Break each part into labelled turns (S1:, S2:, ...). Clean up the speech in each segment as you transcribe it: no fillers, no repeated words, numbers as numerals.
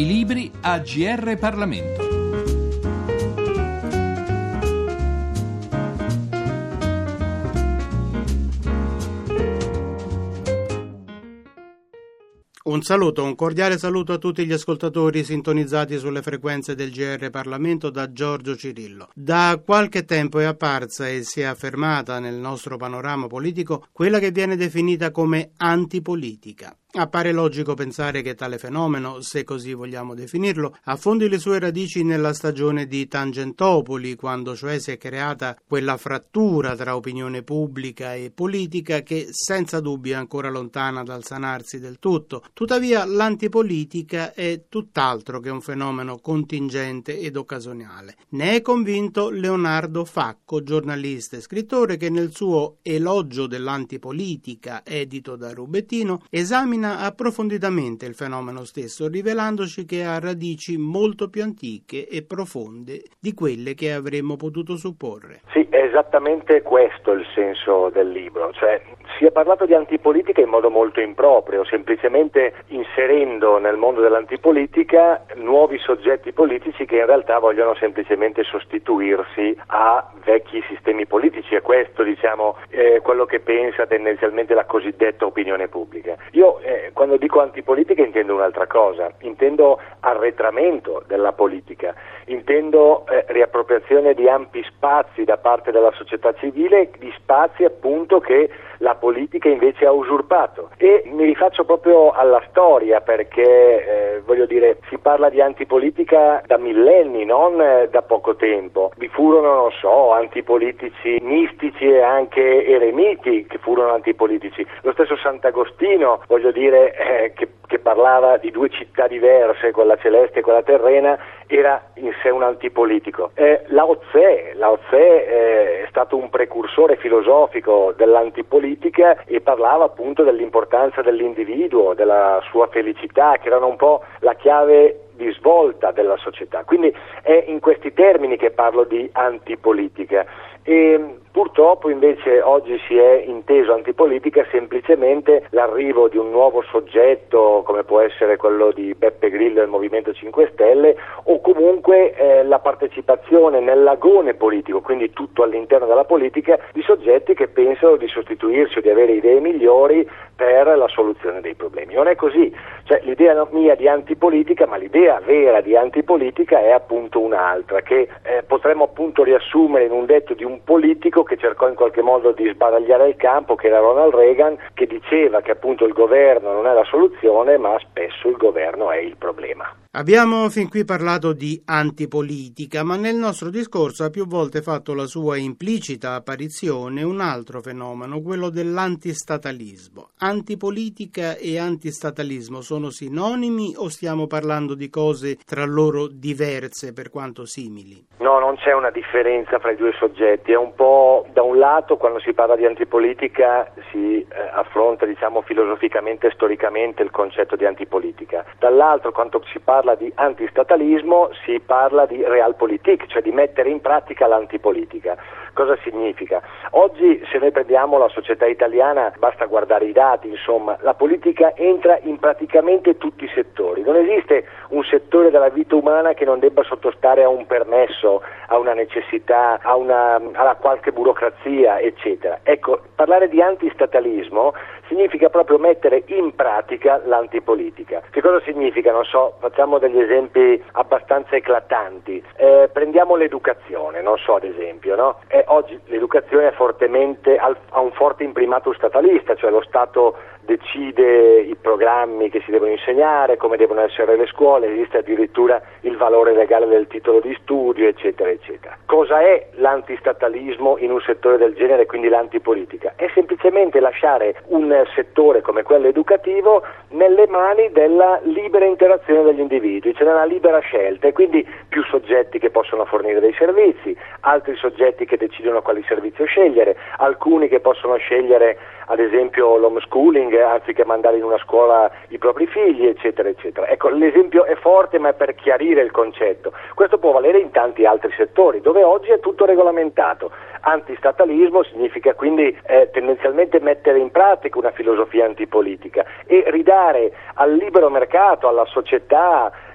S1: I libri a GR Parlamento.
S2: Un cordiale saluto a tutti gli ascoltatori sintonizzati sulle frequenze del GR Parlamento da Giorgio Cirillo. Da qualche tempo è apparsa e si è affermata nel nostro panorama politico quella che viene definita come antipolitica. Appare logico pensare che tale fenomeno, se così vogliamo definirlo, affondi le sue radici nella stagione di Tangentopoli, quando cioè si è creata quella frattura tra opinione pubblica e politica che senza dubbio è ancora lontana dal sanarsi del tutto. Tuttavia l'antipolitica è tutt'altro che un fenomeno contingente ed occasionale. Ne è convinto Leonardo Facco, giornalista e scrittore, che nel suo Elogio dell'antipolitica, edito da Rubettino, esamina approfonditamente il fenomeno stesso, rivelandoci che ha radici molto più antiche e profonde di quelle che avremmo potuto supporre.
S3: Sì, è esattamente questo il senso del libro, cioè si è parlato di antipolitica in modo molto improprio, semplicemente inserendo nel mondo dell'antipolitica nuovi soggetti politici che in realtà vogliono semplicemente sostituirsi a vecchi sistemi politici. È questo, quello che pensa tendenzialmente la cosiddetta opinione pubblica. Io quando dico antipolitica intendo un'altra cosa, intendo arretramento della politica, intendo riappropriazione di ampi spazi da parte della società civile, di spazi appunto che la politica invece ha usurpato. E mi rifaccio proprio alla storia perché si parla di antipolitica da millenni, non da poco tempo. Vi furono, antipolitici mistici e anche eremiti che furono antipolitici. Lo stesso Sant'Agostino, che parlava di due città diverse, quella celeste e quella terrena, era in sé un antipolitico. Lao Tse è stato un precursore filosofico dell'antipolitica e parlava appunto dell'importanza dell'individuo, della sua felicità, che erano un po' la chiave di svolta della società. Quindi è in questi termini che parlo di antipolitica. E purtroppo invece oggi si è inteso antipolitica semplicemente l'arrivo di un nuovo soggetto come può essere quello di Beppe Grillo del Movimento 5 Stelle o comunque la partecipazione nell'agone politico, quindi tutto all'interno della politica, di soggetti che pensano di sostituirsi o di avere idee migliori per la soluzione dei problemi. Non è così, l'idea mia di antipolitica, ma l'idea vera di antipolitica è appunto un'altra, che potremmo appunto riassumere in un detto di un politico che cercò in qualche modo di sbaragliare il campo, che era Ronald Reagan, che diceva che appunto il governo non è la soluzione, ma spesso il governo è il problema.
S2: Abbiamo fin qui parlato di antipolitica, ma nel nostro discorso ha più volte fatto la sua implicita apparizione un altro fenomeno, quello dell'antistatalismo. Antipolitica e antistatalismo sono sinonimi o stiamo parlando di cose tra loro diverse per quanto simili?
S3: No, non c'è una differenza fra i due soggetti. È un po', da un lato, quando si parla di antipolitica si affronta filosoficamente e storicamente il concetto di antipolitica. Dall'altro, quando si parla di antistatalismo si parla di realpolitik, cioè di mettere in pratica l'antipolitica. Cosa significa? Oggi, se noi prendiamo la società italiana, basta guardare i dati, la politica entra in praticamente tutti i settori. Non esiste un settore della vita umana che non debba sottostare a un permesso, a una necessità, alla qualche burocrazia, eccetera. Ecco, parlare di antistatalismo significa proprio mettere in pratica l'antipolitica. Che cosa significa? Facciamo degli esempi abbastanza eclatanti. Prendiamo l'educazione, ad esempio, no? Oggi l'educazione ha un forte imprimato statalista, cioè lo Stato decide i programmi che si devono insegnare, come devono essere le scuole, esiste addirittura il valore legale del titolo di studio, eccetera, eccetera. Cosa è l'antistatalismo in un settore del genere, quindi l'antipolitica? È semplicemente lasciare un settore come quello educativo nelle mani della libera interazione degli individui, cioè nella libera scelta, e quindi più soggetti che possono fornire dei servizi, altri soggetti che decidono quali servizio scegliere, alcuni che possono scegliere ad esempio l'homeschooling anziché mandare in una scuola i propri figli, eccetera, eccetera. Ecco, l'esempio è forte, ma è per chiarire il concetto. Questo può valere in tanti altri settori, dove oggi è tutto regolamentato. Antistatalismo significa quindi tendenzialmente mettere in pratica una filosofia antipolitica e ridare al libero mercato, alla società,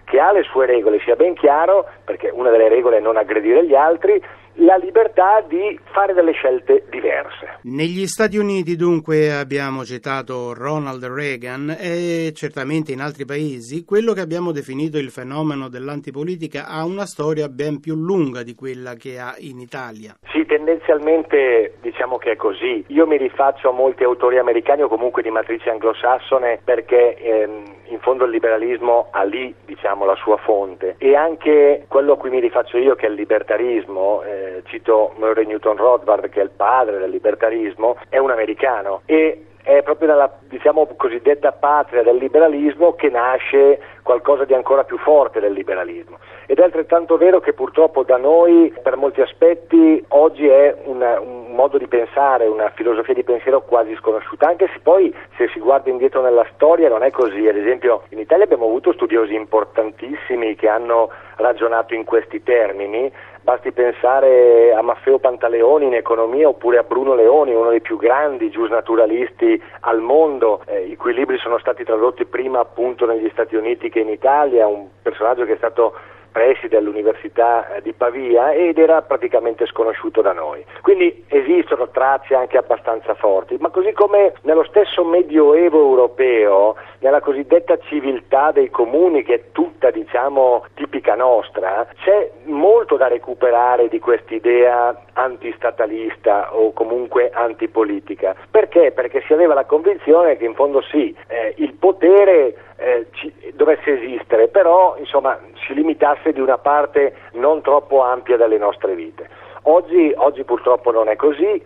S3: che ha le sue regole, sia ben chiaro, perché una delle regole è non aggredire gli altri, la libertà di fare delle scelte diverse.
S2: Negli Stati Uniti dunque abbiamo citato Ronald Reagan e certamente in altri paesi quello che abbiamo definito il fenomeno dell'antipolitica ha una storia ben più lunga di quella che ha in Italia.
S3: Sì, tendenzialmente diciamo che è così. Io mi rifaccio a molti autori americani o comunque di matrice anglosassone perché in fondo il liberalismo ha lì la sua fonte, e anche quello a cui mi rifaccio io, che è il libertarismo, cito Murray Newton Rothbard, che è il padre del libertarismo, è un americano, e è proprio dalla cosiddetta patria del liberalismo che nasce qualcosa di ancora più forte del liberalismo. Ed è altrettanto vero che purtroppo da noi per molti aspetti oggi è un modo di pensare, una filosofia di pensiero quasi sconosciuta, anche se poi se si guarda indietro nella storia non è così. Ad esempio in Italia abbiamo avuto studiosi importantissimi che hanno ragionato in questi termini. Basti pensare a Maffeo Pantaleoni in economia, oppure a Bruno Leoni, uno dei più grandi giusnaturalisti al mondo, i cui libri sono stati tradotti prima appunto negli Stati Uniti che in Italia, un personaggio che è stato preside all'Università di Pavia ed era praticamente sconosciuto da noi. Quindi esistono tracce anche abbastanza forti, ma così come nello stesso Medioevo europeo, nella cosiddetta civiltà dei comuni, che è tutta tipica nostra, c'è molto da recuperare di quest'idea antistatalista o comunque antipolitica. Perché? Perché si aveva la convinzione che in fondo il potere dovesse esistere, però si limitasse di una parte non troppo ampia delle nostre vite. Oggi purtroppo non è così,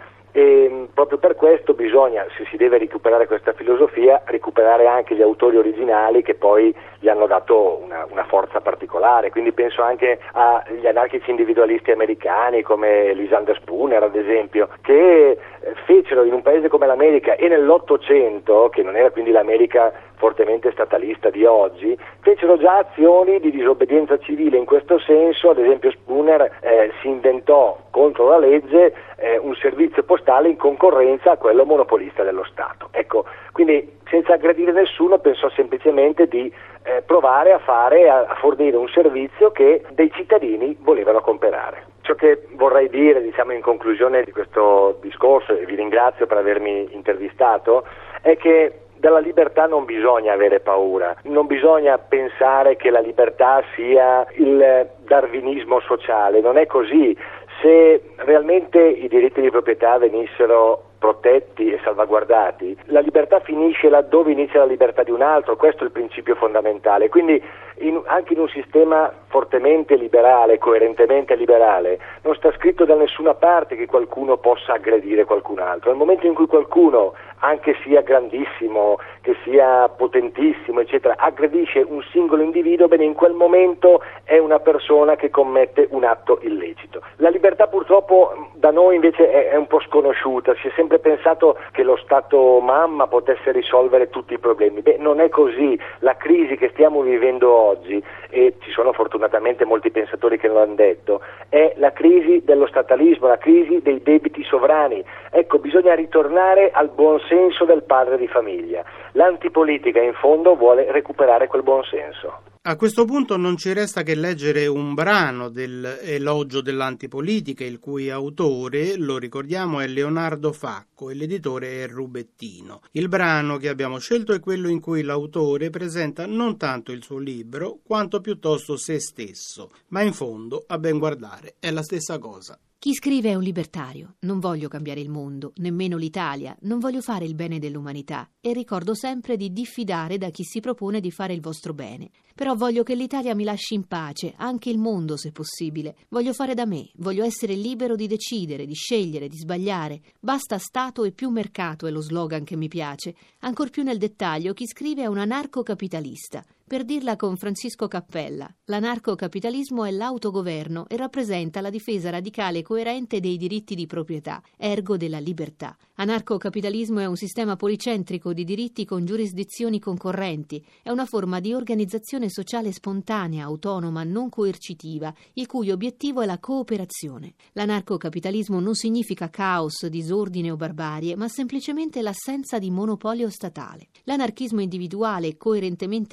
S3: e proprio per questo bisogna, se si deve recuperare questa filosofia, recuperare anche gli autori originali che poi gli hanno dato una forza particolare. Quindi penso anche agli anarchici individualisti americani come Lysander Spooner, ad esempio, che fecero in un paese come l'America e nell'Ottocento, che non era quindi l'America fortemente statalista di oggi, fecero già azioni di disobbedienza civile in questo senso. Ad esempio Spooner si inventò contro la legge un servizio postale in concorrenza a quello monopolista dello Stato. Ecco, quindi senza aggredire nessuno pensò semplicemente di provare a fornire un servizio che dei cittadini volevano comprare. Ciò che vorrei dire, in conclusione di questo discorso, e vi ringrazio per avermi intervistato, è che dalla libertà non bisogna avere paura, non bisogna pensare che la libertà sia il darwinismo sociale, non è così. Se realmente i diritti di proprietà venissero protetti e salvaguardati, la libertà finisce laddove inizia la libertà di un altro, questo è il principio fondamentale. Quindi anche in un sistema fortemente liberale, coerentemente liberale, non sta scritto da nessuna parte che qualcuno possa aggredire qualcun altro. Nel momento in cui qualcuno, anche sia grandissimo, che sia potentissimo, eccetera, aggredisce un singolo individuo, bene, in quel momento è una persona che commette un atto illecito. La libertà purtroppo da noi invece è un po' sconosciuta, si è sempre pensato che lo Stato mamma potesse risolvere tutti i problemi. Non è così. La crisi che stiamo vivendo oggi, e ci sono fortunatamente molti pensatori che lo hanno detto, è la crisi dello statalismo, la crisi dei debiti sovrani. Ecco, bisogna ritornare al buonsenso del padre di famiglia. L'antipolitica in fondo vuole recuperare quel buonsenso.
S2: A questo punto non ci resta che leggere un brano dell'Elogio dell'antipolitica, il cui autore, lo ricordiamo, è Leonardo Facco e l'editore è Rubettino. Il brano che abbiamo scelto è quello in cui l'autore presenta non tanto il suo libro, quanto piuttosto se stesso, ma in fondo, a ben guardare, è la stessa cosa.
S4: Chi scrive è un libertario. Non voglio cambiare il mondo, nemmeno l'Italia, non voglio fare il bene dell'umanità e ricordo sempre di diffidare da chi si propone di fare il vostro bene. Però voglio che l'Italia mi lasci in pace, anche il mondo se possibile. Voglio fare da me, voglio essere libero di decidere, di scegliere, di sbagliare. Basta Stato e più mercato è lo slogan che mi piace. Ancor più nel dettaglio, chi scrive è un anarcocapitalista. Per dirla con Francisco Cappella, l'anarcocapitalismo è l'autogoverno e rappresenta la difesa radicale e coerente dei diritti di proprietà, ergo della libertà. Anarcocapitalismo è un sistema policentrico di diritti con giurisdizioni concorrenti, è una forma di organizzazione sociale spontanea, autonoma, non coercitiva, il cui obiettivo è la cooperazione. L'anarcocapitalismo non significa caos, disordine o barbarie, ma semplicemente l'assenza di monopolio statale. L'anarchismo individuale, coerentemente liberale,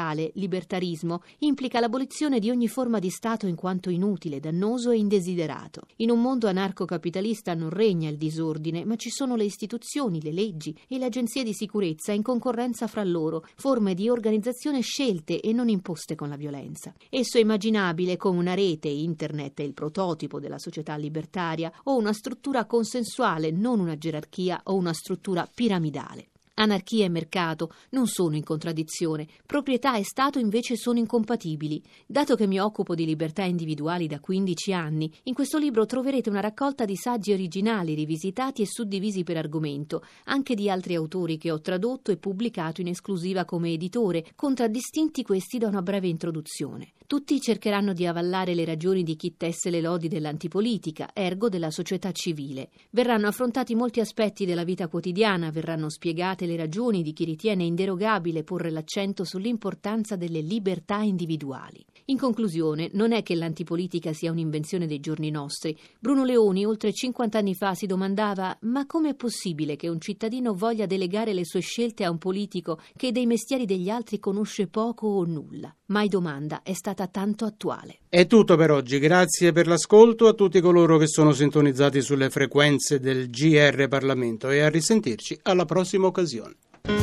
S4: liberale, libertarismo, implica l'abolizione di ogni forma di Stato in quanto inutile, dannoso e indesiderato. In un mondo anarcocapitalista non regna il disordine, ma ci sono le istituzioni, le leggi e le agenzie di sicurezza in concorrenza fra loro, forme di organizzazione scelte e non imposte con la violenza. Esso è immaginabile come una rete, internet è il prototipo della società libertaria, o una struttura consensuale, non una gerarchia o una struttura piramidale. Anarchia e mercato non sono in contraddizione, proprietà e Stato invece sono incompatibili. Dato che mi occupo di libertà individuali da 15 anni, in questo libro troverete una raccolta di saggi originali, rivisitati e suddivisi per argomento, anche di altri autori che ho tradotto e pubblicato in esclusiva come editore, contraddistinti questi da una breve introduzione. Tutti cercheranno di avallare le ragioni di chi tesse le lodi dell'antipolitica, ergo della società civile. Verranno affrontati molti aspetti della vita quotidiana, verranno spiegate le ragioni di chi ritiene inderogabile porre l'accento sull'importanza delle libertà individuali. In conclusione, non è che l'antipolitica sia un'invenzione dei giorni nostri. Bruno Leoni, oltre 50 anni fa, si domandava: ma come è possibile che un cittadino voglia delegare le sue scelte a un politico che dei mestieri degli altri conosce poco o nulla? Mai domanda è stata tanto attuale.
S2: È tutto per oggi, grazie per l'ascolto a tutti coloro che sono sintonizzati sulle frequenze del GR Parlamento e a risentirci alla prossima occasione.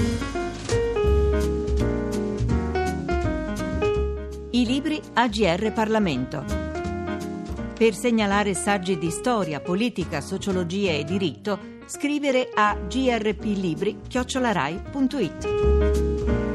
S5: I libri a GR Parlamento. Per segnalare saggi di storia, politica, sociologia e diritto, scrivere a grplibri@rai.it.